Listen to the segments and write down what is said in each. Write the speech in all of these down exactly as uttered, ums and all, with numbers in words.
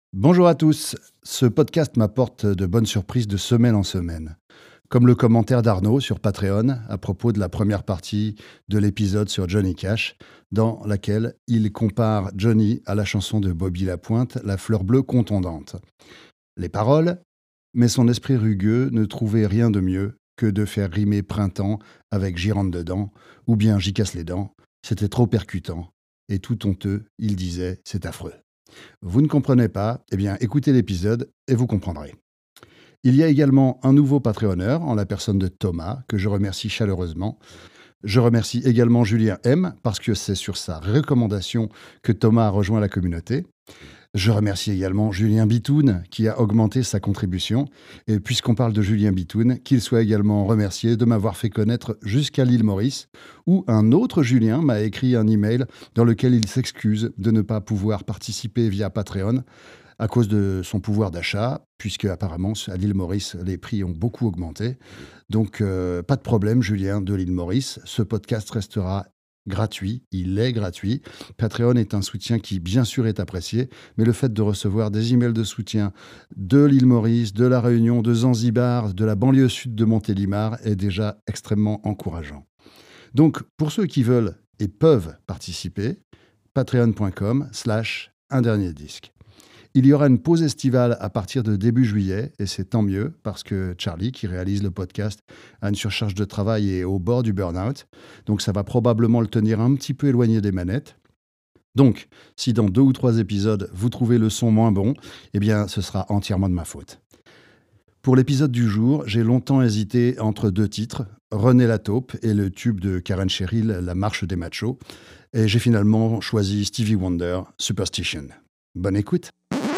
Bonjour à tous, ce podcast m'apporte de bonnes surprises de semaine en semaine. Comme le commentaire d'Arnaud sur Patreon à propos de la première partie de l'épisode sur Johnny Cash, dans laquelle il compare Johnny à la chanson de Bobby Lapointe, La fleur bleue contondante. Les paroles, mais son esprit rugueux ne trouvait rien de mieux que de faire rimer printemps avec j'y rentre dedans, ou bien j'y casse les dents. C'était trop percutant, et tout honteux, il disait, c'est affreux. Vous ne comprenez pas? Eh bien, écoutez l'épisode et vous comprendrez. Il y a également un nouveau Patreonneur en la personne de Thomas, que je remercie chaleureusement. Je remercie également Julien M, parce que c'est sur sa recommandation que Thomas a rejoint la communauté. Je remercie également Julien Bitoun, qui a augmenté sa contribution. Et puisqu'on parle de Julien Bitoun, qu'il soit également remercié de m'avoir fait connaître jusqu'à l'île Maurice, où un autre Julien m'a écrit un email dans lequel il s'excuse de ne pas pouvoir participer via Patreon à cause de son pouvoir d'achat, puisque apparemment à l'île Maurice, les prix ont beaucoup augmenté. Donc, euh, pas de problème, Julien de l'île Maurice. Ce podcast restera gratuit, il est gratuit. Patreon est un soutien qui, bien sûr, est apprécié, mais le fait de recevoir des emails de soutien de l'île Maurice, de la Réunion, de Zanzibar, de la banlieue sud de Montélimar est déjà extrêmement encourageant. Donc, pour ceux qui veulent et peuvent participer, patreon.com slash un dernier disque. Il y aura une pause estivale à partir de début juillet, et c'est tant mieux, parce que Charlie, qui réalise le podcast, a une surcharge de travail et est au bord du burn-out, donc ça va probablement le tenir un petit peu éloigné des manettes. Donc, si dans deux ou trois épisodes, vous trouvez le son moins bon, eh bien, ce sera entièrement de ma faute. Pour l'épisode du jour, j'ai longtemps hésité entre deux titres, René Lataupe et le tube de Karen Cheryl, La marche des machos, et j'ai finalement choisi Stevie Wonder, Superstition. Bonne écoute.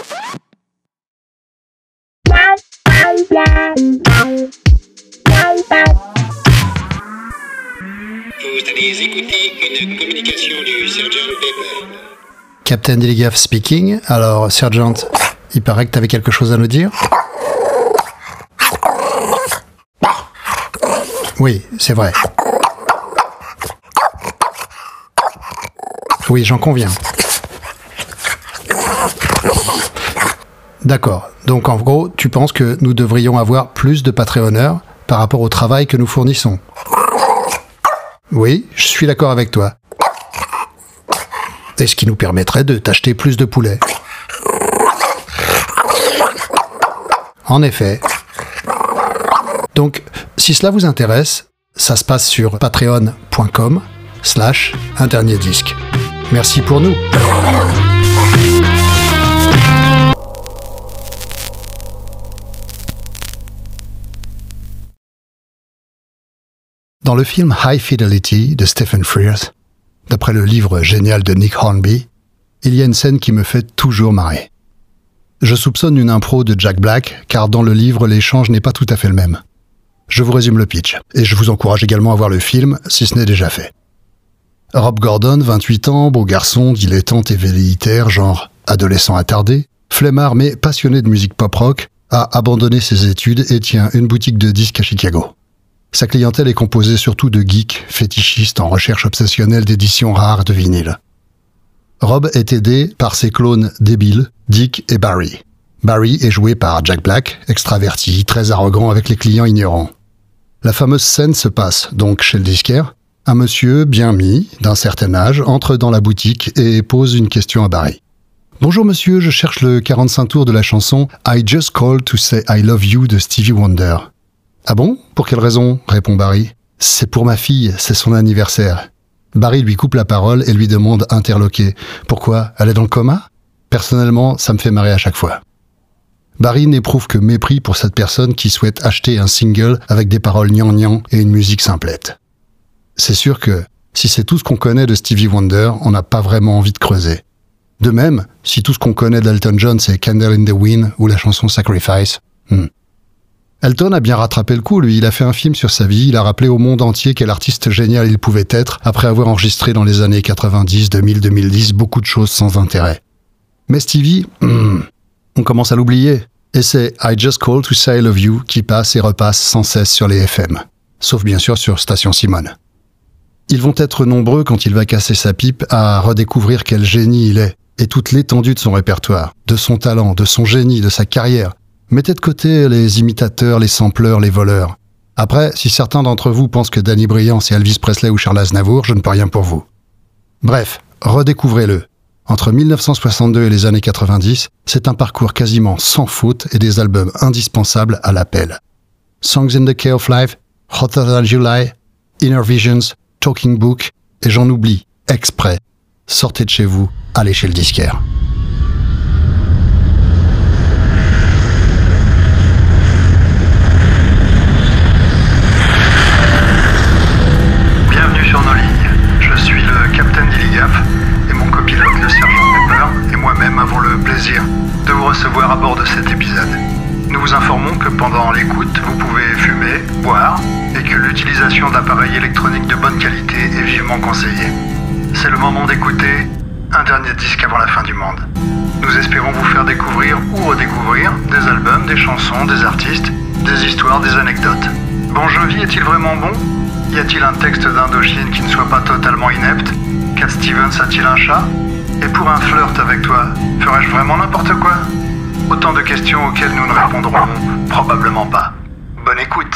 Vous allez écouter une communication du Sergeant Pepper. Captain Dilligaff speaking. Alors, Sergeant, il paraît que tu avais quelque chose à nous dire? Oui, c'est vrai. Oui, j'en conviens. D'accord. Donc, en gros, tu penses que nous devrions avoir plus de Patreonneurs par rapport au travail que nous fournissons? Oui, je suis d'accord avec toi. Et ce qui nous permettrait de t'acheter plus de poulets. En effet. Donc, si cela vous intéresse, ça se passe sur patreon.com slash un dernier disque. Merci pour nous. Dans le film High Fidelity de Stephen Frears, d'après le livre génial de Nick Hornby, il y a une scène qui me fait toujours marrer. Je soupçonne une impro de Jack Black, car dans le livre, l'échange n'est pas tout à fait le même. Je vous résume le pitch, et je vous encourage également à voir le film, si ce n'est déjà fait. Rob Gordon, vingt-huit ans, beau garçon, dilettante et velléitaire, genre adolescent attardé, flemmard mais passionné de musique pop-rock, a abandonné ses études et tient une boutique de disques à Chicago. Sa clientèle est composée surtout de geeks, fétichistes en recherche obsessionnelle d'éditions rares de vinyle. Rob est aidé par ses clones débiles, Dick et Barry. Barry est joué par Jack Black, extraverti, très arrogant avec les clients ignorants. La fameuse scène se passe donc chez le disquaire. Un monsieur bien mis, d'un certain âge, entre dans la boutique et pose une question à Barry. « Bonjour monsieur, je cherche le quarante-cinq tours de la chanson « I just called to say I love you » de Stevie Wonder. » Ah bon? Pour quelle raison? Répond Barry. C'est pour ma fille, c'est son anniversaire. Barry lui coupe la parole et lui demande interloqué. Pourquoi? Elle est dans le coma? Personnellement, ça me fait marrer à chaque fois. Barry n'éprouve que mépris pour cette personne qui souhaite acheter un single avec des paroles gnangnan et une musique simplette. C'est sûr que, si c'est tout ce qu'on connaît de Stevie Wonder, on n'a pas vraiment envie de creuser. De même, si tout ce qu'on connaît d'Elton John c'est Candle in the Wind ou la chanson Sacrifice, hmm. Elton a bien rattrapé le coup, lui. Il a fait un film sur sa vie, il a rappelé au monde entier quel artiste génial il pouvait être, après avoir enregistré dans les années quatre-vingt-dix, deux mille, deux mille dix beaucoup de choses sans intérêt. Mais Stevie, hmm, on commence à l'oublier. Et c'est I Just Called to Say I Love You qui passe et repasse sans cesse sur les F M. Sauf bien sûr sur Station Simone. Ils vont être nombreux quand il va casser sa pipe à redécouvrir quel génie il est, et toute l'étendue de son répertoire, de son talent, de son génie, de sa carrière. Mettez de côté les imitateurs, les sampleurs, les voleurs. Après, si certains d'entre vous pensent que Danny Briand c'est Elvis Presley ou Charles Aznavour, je ne peux rien pour vous. Bref, redécouvrez-le. Entre mille neuf cent soixante-deux et les années quatre-vingt-dix, c'est un parcours quasiment sans faute et des albums indispensables à l'appel. Songs in the Key of Life, Hotter Than July, Inner Visions, Talking Book, et j'en oublie, exprès. Sortez de chez vous, allez chez le disquaire. Bienvenue sur nos lignes. Je suis le capitaine Dilligaf et mon copilote, le sergent Pepper, et moi-même avons le plaisir de vous recevoir à bord de cet épisode. Nous vous informons que pendant l'écoute, vous pouvez fumer, boire, et que l'utilisation d'appareils électroniques de bonne qualité est vivement conseillée. C'est le moment d'écouter un dernier disque avant la fin du monde. Nous espérons vous faire découvrir ou redécouvrir des albums, des chansons, des artistes, des histoires, des anecdotes. Bon Jovi est-il vraiment bon ? Y a-t-il un texte d'Indochine qui ne soit pas totalement inepte ? Cat Stevens a-t-il un chat ? Et pour un flirt avec toi, ferais-je vraiment n'importe quoi ? Autant de questions auxquelles nous ne répondrons probablement pas. Bonne écoute.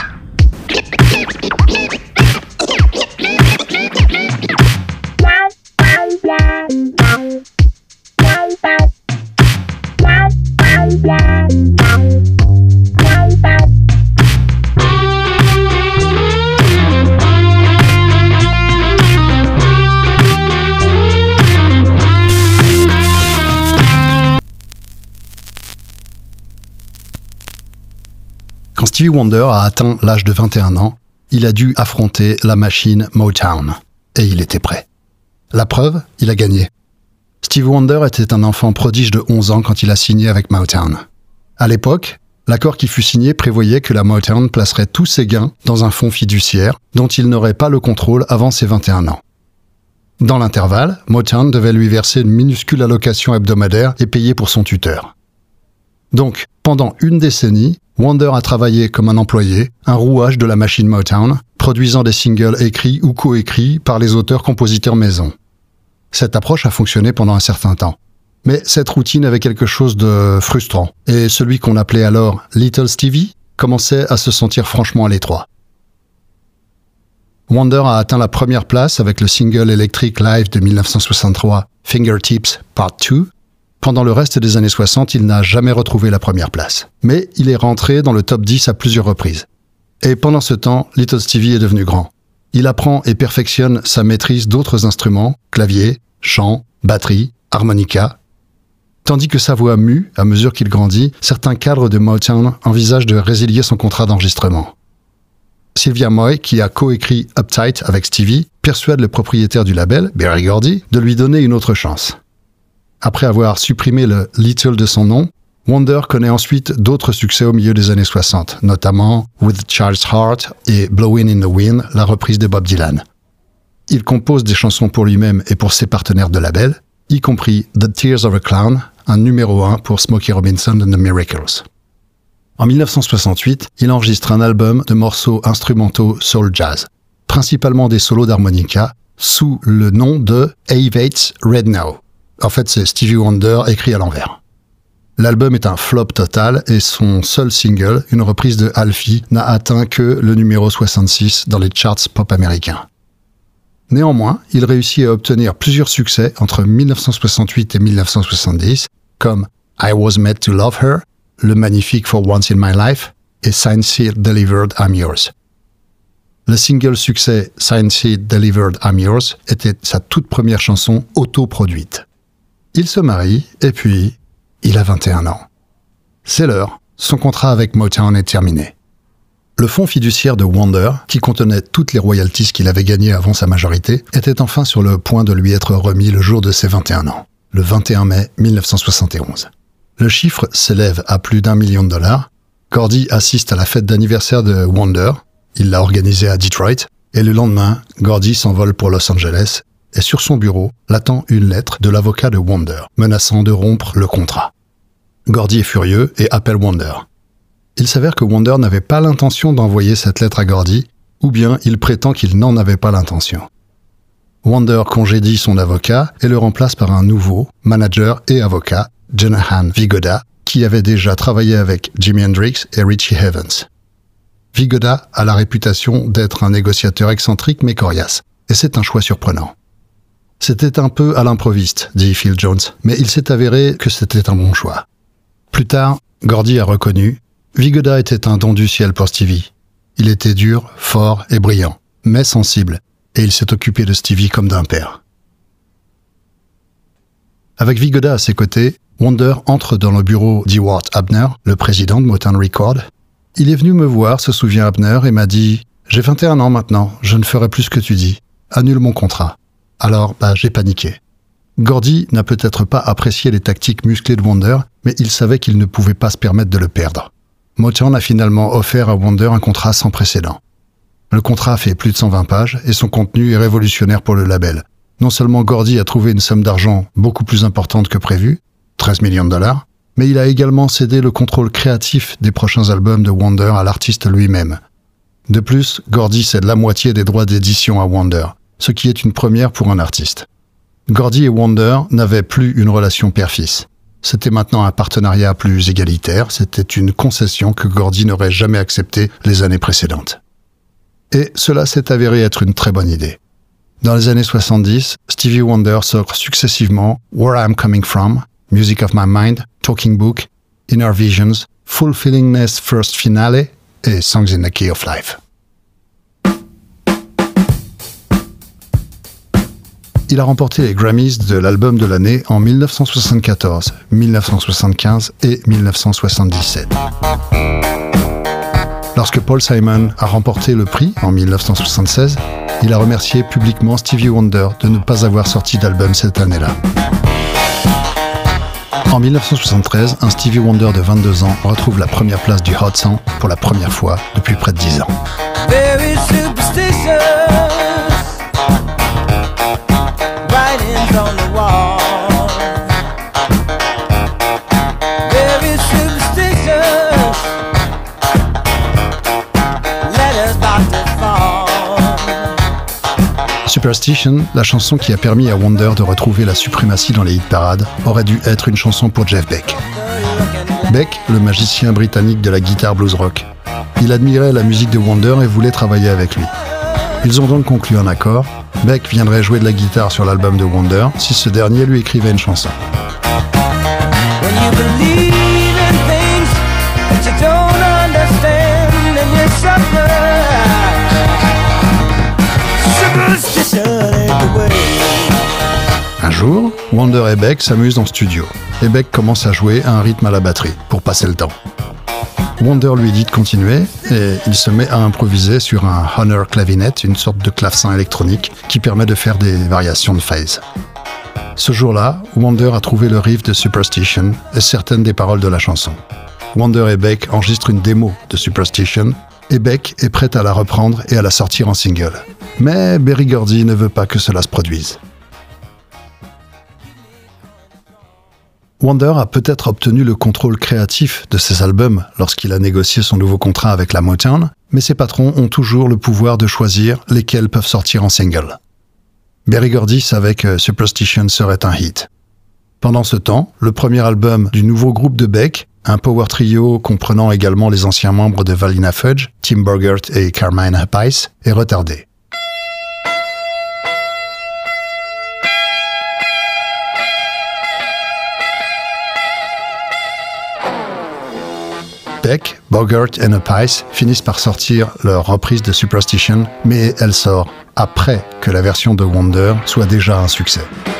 Quand Stevie Wonder a atteint l'âge de vingt et un ans, il a dû affronter la machine Motown. Et il était prêt. La preuve, il a gagné. Stevie Wonder était un enfant prodige de onze ans quand il a signé avec Motown. À l'époque, l'accord qui fut signé prévoyait que la Motown placerait tous ses gains dans un fonds fiduciaire dont il n'aurait pas le contrôle avant ses vingt et un ans. Dans l'intervalle, Motown devait lui verser une minuscule allocation hebdomadaire et payer pour son tuteur. Donc, pendant une décennie, Wonder a travaillé comme un employé, un rouage de la machine Motown, produisant des singles écrits ou coécrits par les auteurs-compositeurs maison. Cette approche a fonctionné pendant un certain temps. Mais cette routine avait quelque chose de frustrant, et celui qu'on appelait alors Little Stevie commençait à se sentir franchement à l'étroit. Wonder a atteint la première place avec le single électrique live de mille neuf cent soixante-trois, Fingertips Part deux. Pendant le reste des années soixante, il n'a jamais retrouvé la première place. Mais il est rentré dans le top dix à plusieurs reprises. Et pendant ce temps, Little Stevie est devenu grand. Il apprend et perfectionne sa maîtrise d'autres instruments, clavier, chant, batterie, harmonica. Tandis que sa voix mue, à mesure qu'il grandit, certains cadres de Motown envisagent de résilier son contrat d'enregistrement. Sylvia Moy, qui a coécrit Uptight avec Stevie, persuade le propriétaire du label, Berry Gordy, de lui donner une autre chance. Après avoir supprimé le « Little » de son nom, Wonder connaît ensuite d'autres succès au milieu des années soixante, notamment « With Child's Heart » et « Blowin' in the Wind », la reprise de Bob Dylan. Il compose des chansons pour lui-même et pour ses partenaires de label, y compris « The Tears of a Clown », un numéro un pour Smokey Robinson and the Miracles. En mille neuf cent soixante-huit, il enregistre un album de morceaux instrumentaux soul jazz, principalement des solos d'harmonica, sous le nom de « Avate's Red Now ». En fait, c'est Stevie Wonder écrit à l'envers. L'album est un flop total et son seul single, une reprise de Alfie, n'a atteint que le numéro soixante-six dans les charts pop américains. Néanmoins, il réussit à obtenir plusieurs succès entre mille neuf cent soixante-huit et mille neuf cent soixante-dix, comme I Was Made to Love Her, le magnifique For Once in My Life et Signed Sealed Delivered I'm Yours. Le single succès Signed Sealed Delivered I'm Yours était sa toute première chanson autoproduite. Il se marie et puis il a vingt et un ans. C'est l'heure, son contrat avec Motown est terminé. Le fonds fiduciaire de Wonder, qui contenait toutes les royalties qu'il avait gagnées avant sa majorité, était enfin sur le point de lui être remis le jour de ses vingt et un ans, le vingt et un mai mille neuf cent soixante et onze. Le chiffre s'élève à plus d'un million de dollars. Gordy assiste à la fête d'anniversaire de Wonder, il l'a organisée à Detroit, et le lendemain, Gordy s'envole pour Los Angeles, et sur son bureau l'attend une lettre de l'avocat de Wonder, menaçant de rompre le contrat. Gordy est furieux et appelle Wonder. Il s'avère que Wonder n'avait pas l'intention d'envoyer cette lettre à Gordy, ou bien il prétend qu'il n'en avait pas l'intention. Wonder congédie son avocat et le remplace par un nouveau manager et avocat, Jonahan Vigoda, qui avait déjà travaillé avec Jimi Hendrix et Richie Havens. Vigoda a la réputation d'être un négociateur excentrique mais coriace, et c'est un choix surprenant. C'était un peu à l'improviste, dit Phil Jones, mais il s'est avéré que c'était un bon choix. Plus tard, Gordy a reconnu, Vigoda était un don du ciel pour Stevie. Il était dur, fort et brillant, mais sensible, et il s'est occupé de Stevie comme d'un père. Avec Vigoda à ses côtés, Wonder entre dans le bureau d'Ewart Abner, le président de Motown Records. Il est venu me voir, se souvient Abner, et m'a dit « J'ai vingt et un ans maintenant, je ne ferai plus ce que tu dis. Annule mon contrat. » Alors, bah, j'ai paniqué. Gordy n'a peut-être pas apprécié les tactiques musclées de Wonder, mais il savait qu'il ne pouvait pas se permettre de le perdre. Motown a finalement offert à Wonder un contrat sans précédent. Le contrat fait plus de cent vingt pages et son contenu est révolutionnaire pour le label. Non seulement Gordy a trouvé une somme d'argent beaucoup plus importante que prévu, treize millions de dollars, mais il a également cédé le contrôle créatif des prochains albums de Wonder à l'artiste lui-même. De plus, Gordy cède la moitié des droits d'édition à Wonder, ce qui est une première pour un artiste. Gordy et Wonder n'avaient plus une relation père-fils. C'était maintenant un partenariat plus égalitaire, c'était une concession que Gordy n'aurait jamais acceptée les années précédentes. Et cela s'est avéré être une très bonne idée. Dans les années soixante-dix, Stevie Wonder sort successivement Where I'm Coming From, Music of My Mind, Talking Book, Inner Visions, Fulfillingness First Finale et Songs in the Key of Life. Il a remporté les Grammys de l'album de l'année en mille neuf cent soixante-quatorze, mille neuf cent soixante-quinze et mille neuf cent soixante-dix-sept. Lorsque Paul Simon a remporté le prix en mille neuf cent soixante-seize, il a remercié publiquement Stevie Wonder de ne pas avoir sorti d'album cette année-là. En mille neuf cent soixante-treize, un Stevie Wonder de vingt-deux ans retrouve la première place du Hot cent pour la première fois depuis près de dix ans. Very superstitious, writings on the wall. Very superstitious, letters about to fall. Superstition, la chanson qui a permis à Wonder de retrouver la suprématie dans les hit-parades, aurait dû être une chanson pour Jeff Beck. Beck, le magicien britannique de la guitare blues rock. Il admirait la musique de Wonder et voulait travailler avec lui. Ils ont donc conclu un accord. Beck viendrait jouer de la guitare sur l'album de Wonder si ce dernier lui écrivait une chanson. Un jour, Wonder et Beck s'amusent dans le studio, et Beck commence à jouer à un rythme à la batterie, pour passer le temps. Wonder lui dit de continuer, et il se met à improviser sur un Honor clavinet, une sorte de clavecin électronique qui permet de faire des variations de phase. Ce jour-là, Wonder a trouvé le riff de Superstition et certaines des paroles de la chanson. Wonder et Beck enregistrent une démo de Superstition, et Beck est prêt à la reprendre et à la sortir en single. Mais Berry Gordy ne veut pas que cela se produise. Wonder a peut-être obtenu le contrôle créatif de ses albums lorsqu'il a négocié son nouveau contrat avec la Motown, mais ses patrons ont toujours le pouvoir de choisir lesquels peuvent sortir en single. Berry Gordy savait que Superstition serait un hit. Pendant ce temps, le premier album du nouveau groupe de Beck, un power trio comprenant également les anciens membres de Valina Fudge, Tim Burgert et Carmine Appice, est retardé. Beck, Bogart et Appice finissent par sortir leur reprise de Superstition, mais elle sort après que la version de Wonder soit déjà un succès.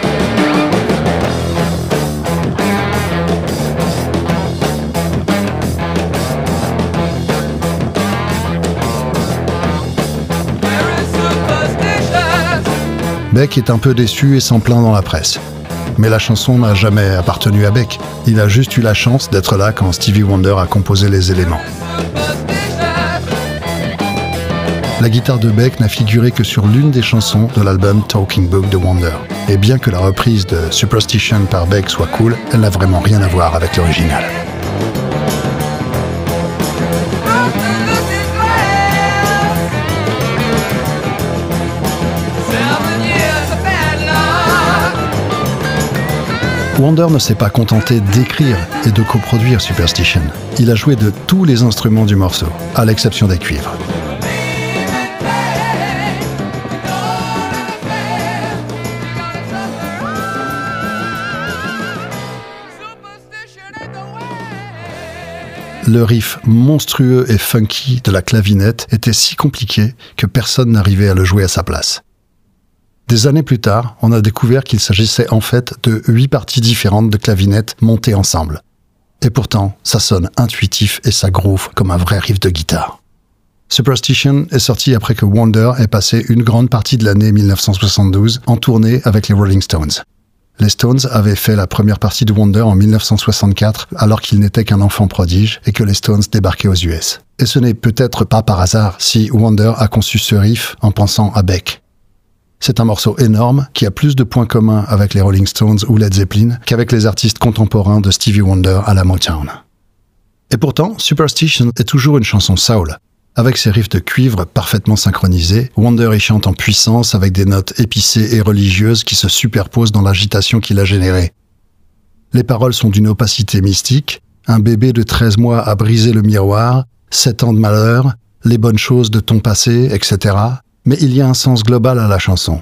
Beck est un peu déçu et s'en plaint dans la presse. Mais la chanson n'a jamais appartenu à Beck. Il a juste eu la chance d'être là quand Stevie Wonder a composé les éléments. La guitare de Beck n'a figuré que sur l'une des chansons de l'album Talking Book de Wonder. Et bien que la reprise de Superstition par Beck soit cool, elle n'a vraiment rien à voir avec l'original. Seven years Wonder ne s'est pas contenté d'écrire et de coproduire Superstition. Il a joué de tous les instruments du morceau, à l'exception des cuivres. Le riff monstrueux et funky de la clavinette était si compliqué que personne n'arrivait à le jouer à sa place. Des années plus tard, on a découvert qu'il s'agissait en fait de huit parties différentes de clavinettes montées ensemble. Et pourtant, ça sonne intuitif et ça groove comme un vrai riff de guitare. Superstition est sorti après que Wonder ait passé une grande partie de l'année mille neuf cent soixante-douze en tournée avec les Rolling Stones. Les Stones avaient fait la première partie de Wonder en mille neuf cent soixante-quatre alors qu'il n'était qu'un enfant prodige et que les Stones débarquaient aux U S. Et ce n'est peut-être pas par hasard si Wonder a conçu ce riff en pensant à Beck. C'est un morceau énorme qui a plus de points communs avec les Rolling Stones ou Led Zeppelin qu'avec les artistes contemporains de Stevie Wonder à la Motown. Et pourtant, Superstition est toujours une chanson soul. Avec ses riffs de cuivre parfaitement synchronisés, Wonder y chante en puissance avec des notes épicées et religieuses qui se superposent dans l'agitation qu'il a générée. Les paroles sont d'une opacité mystique, un bébé de treize mois a brisé le miroir, sept ans de malheur, les bonnes choses de ton passé, et cetera. Mais il y a un sens global à la chanson.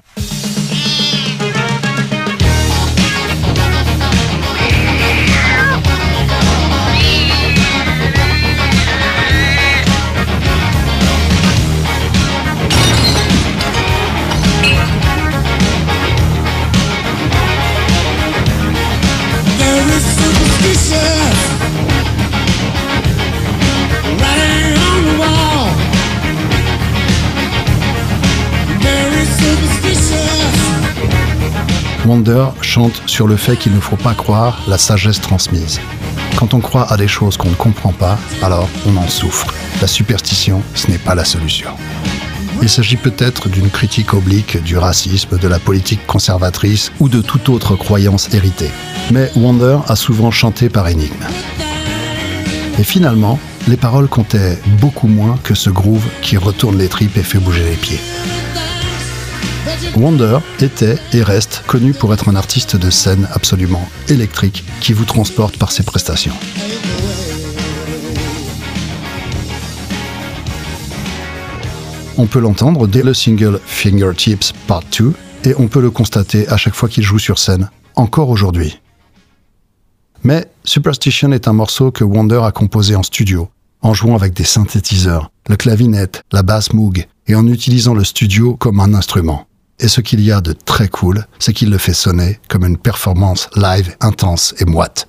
Wonder chante sur le fait qu'il ne faut pas croire la sagesse transmise. Quand on croit à des choses qu'on ne comprend pas, alors on en souffre. La superstition, ce n'est pas la solution. Il s'agit peut-être d'une critique oblique du racisme, de la politique conservatrice ou de toute autre croyance héritée. Mais Wonder a souvent chanté par énigme. Et finalement, les paroles comptaient beaucoup moins que ce groove qui retourne les tripes et fait bouger les pieds. Wonder était et reste connu pour être un artiste de scène absolument électrique qui vous transporte par ses prestations. On peut l'entendre dès le single Fingertips Part deux et on peut le constater à chaque fois qu'il joue sur scène, encore aujourd'hui. Mais Superstition est un morceau que Wonder a composé en studio, en jouant avec des synthétiseurs, le clavinette, la basse Moog, et en utilisant le studio comme un instrument. Et ce qu'il y a de très cool, c'est qu'il le fait sonner comme une performance live intense et moite.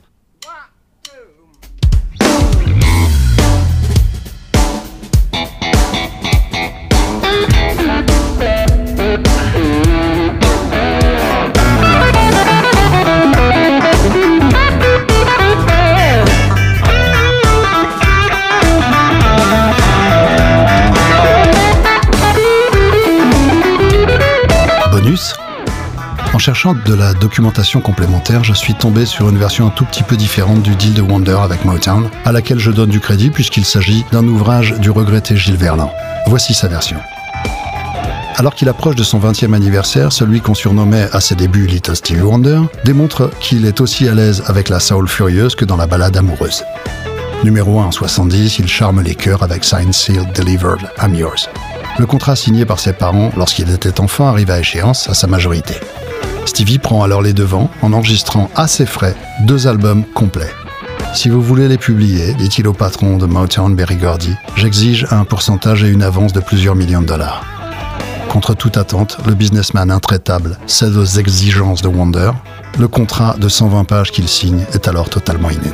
En cherchant de la documentation complémentaire, je suis tombé sur une version un tout petit peu différente du deal de Wonder avec Motown, à laquelle je donne du crédit puisqu'il s'agit d'un ouvrage du regretté Gilles Verland. Voici sa version. Alors qu'il approche de son vingtième anniversaire, celui qu'on surnommait à ses débuts Little Stevie Wonder démontre qu'il est aussi à l'aise avec la soul furieuse que dans la ballade amoureuse. Numéro un en soixante-dix, il charme les cœurs avec Signed, Sealed, Delivered, I'm Yours. Le contrat signé par ses parents lorsqu'il était enfant arrive à échéance à sa majorité. Stevie prend alors les devants en enregistrant à ses frais deux albums complets. Si vous voulez les publier, dit-il au patron de Motown, Berry Gordy, j'exige un pourcentage et une avance de plusieurs millions de dollars. Contre toute attente, le businessman intraitable cède aux exigences de Wonder. Le contrat de cent vingt pages qu'il signe est alors totalement inédit.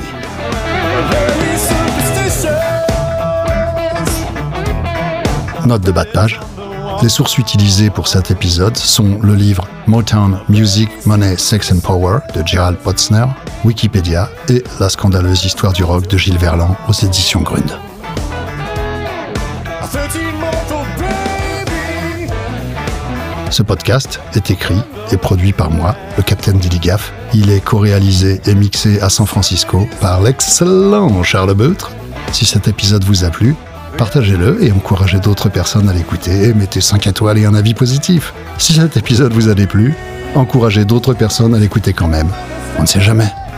Note de bas de page. Les sources utilisées pour cet épisode sont le livre Motown Music, Money, Sex and Power de Gerald Potzner, Wikipédia et La scandaleuse histoire du rock de Gilles Verland aux éditions Grund. Ce podcast est écrit et produit par moi, le Captain Dilly Gaff. Il est co-réalisé et mixé à San Francisco par l'excellent Charles Beutre. Si cet épisode vous a plu, partagez-le et encouragez d'autres personnes à l'écouter et mettez cinq étoiles et un avis positif. Si cet épisode vous a déplu, encouragez d'autres personnes à l'écouter quand même. On ne sait jamais.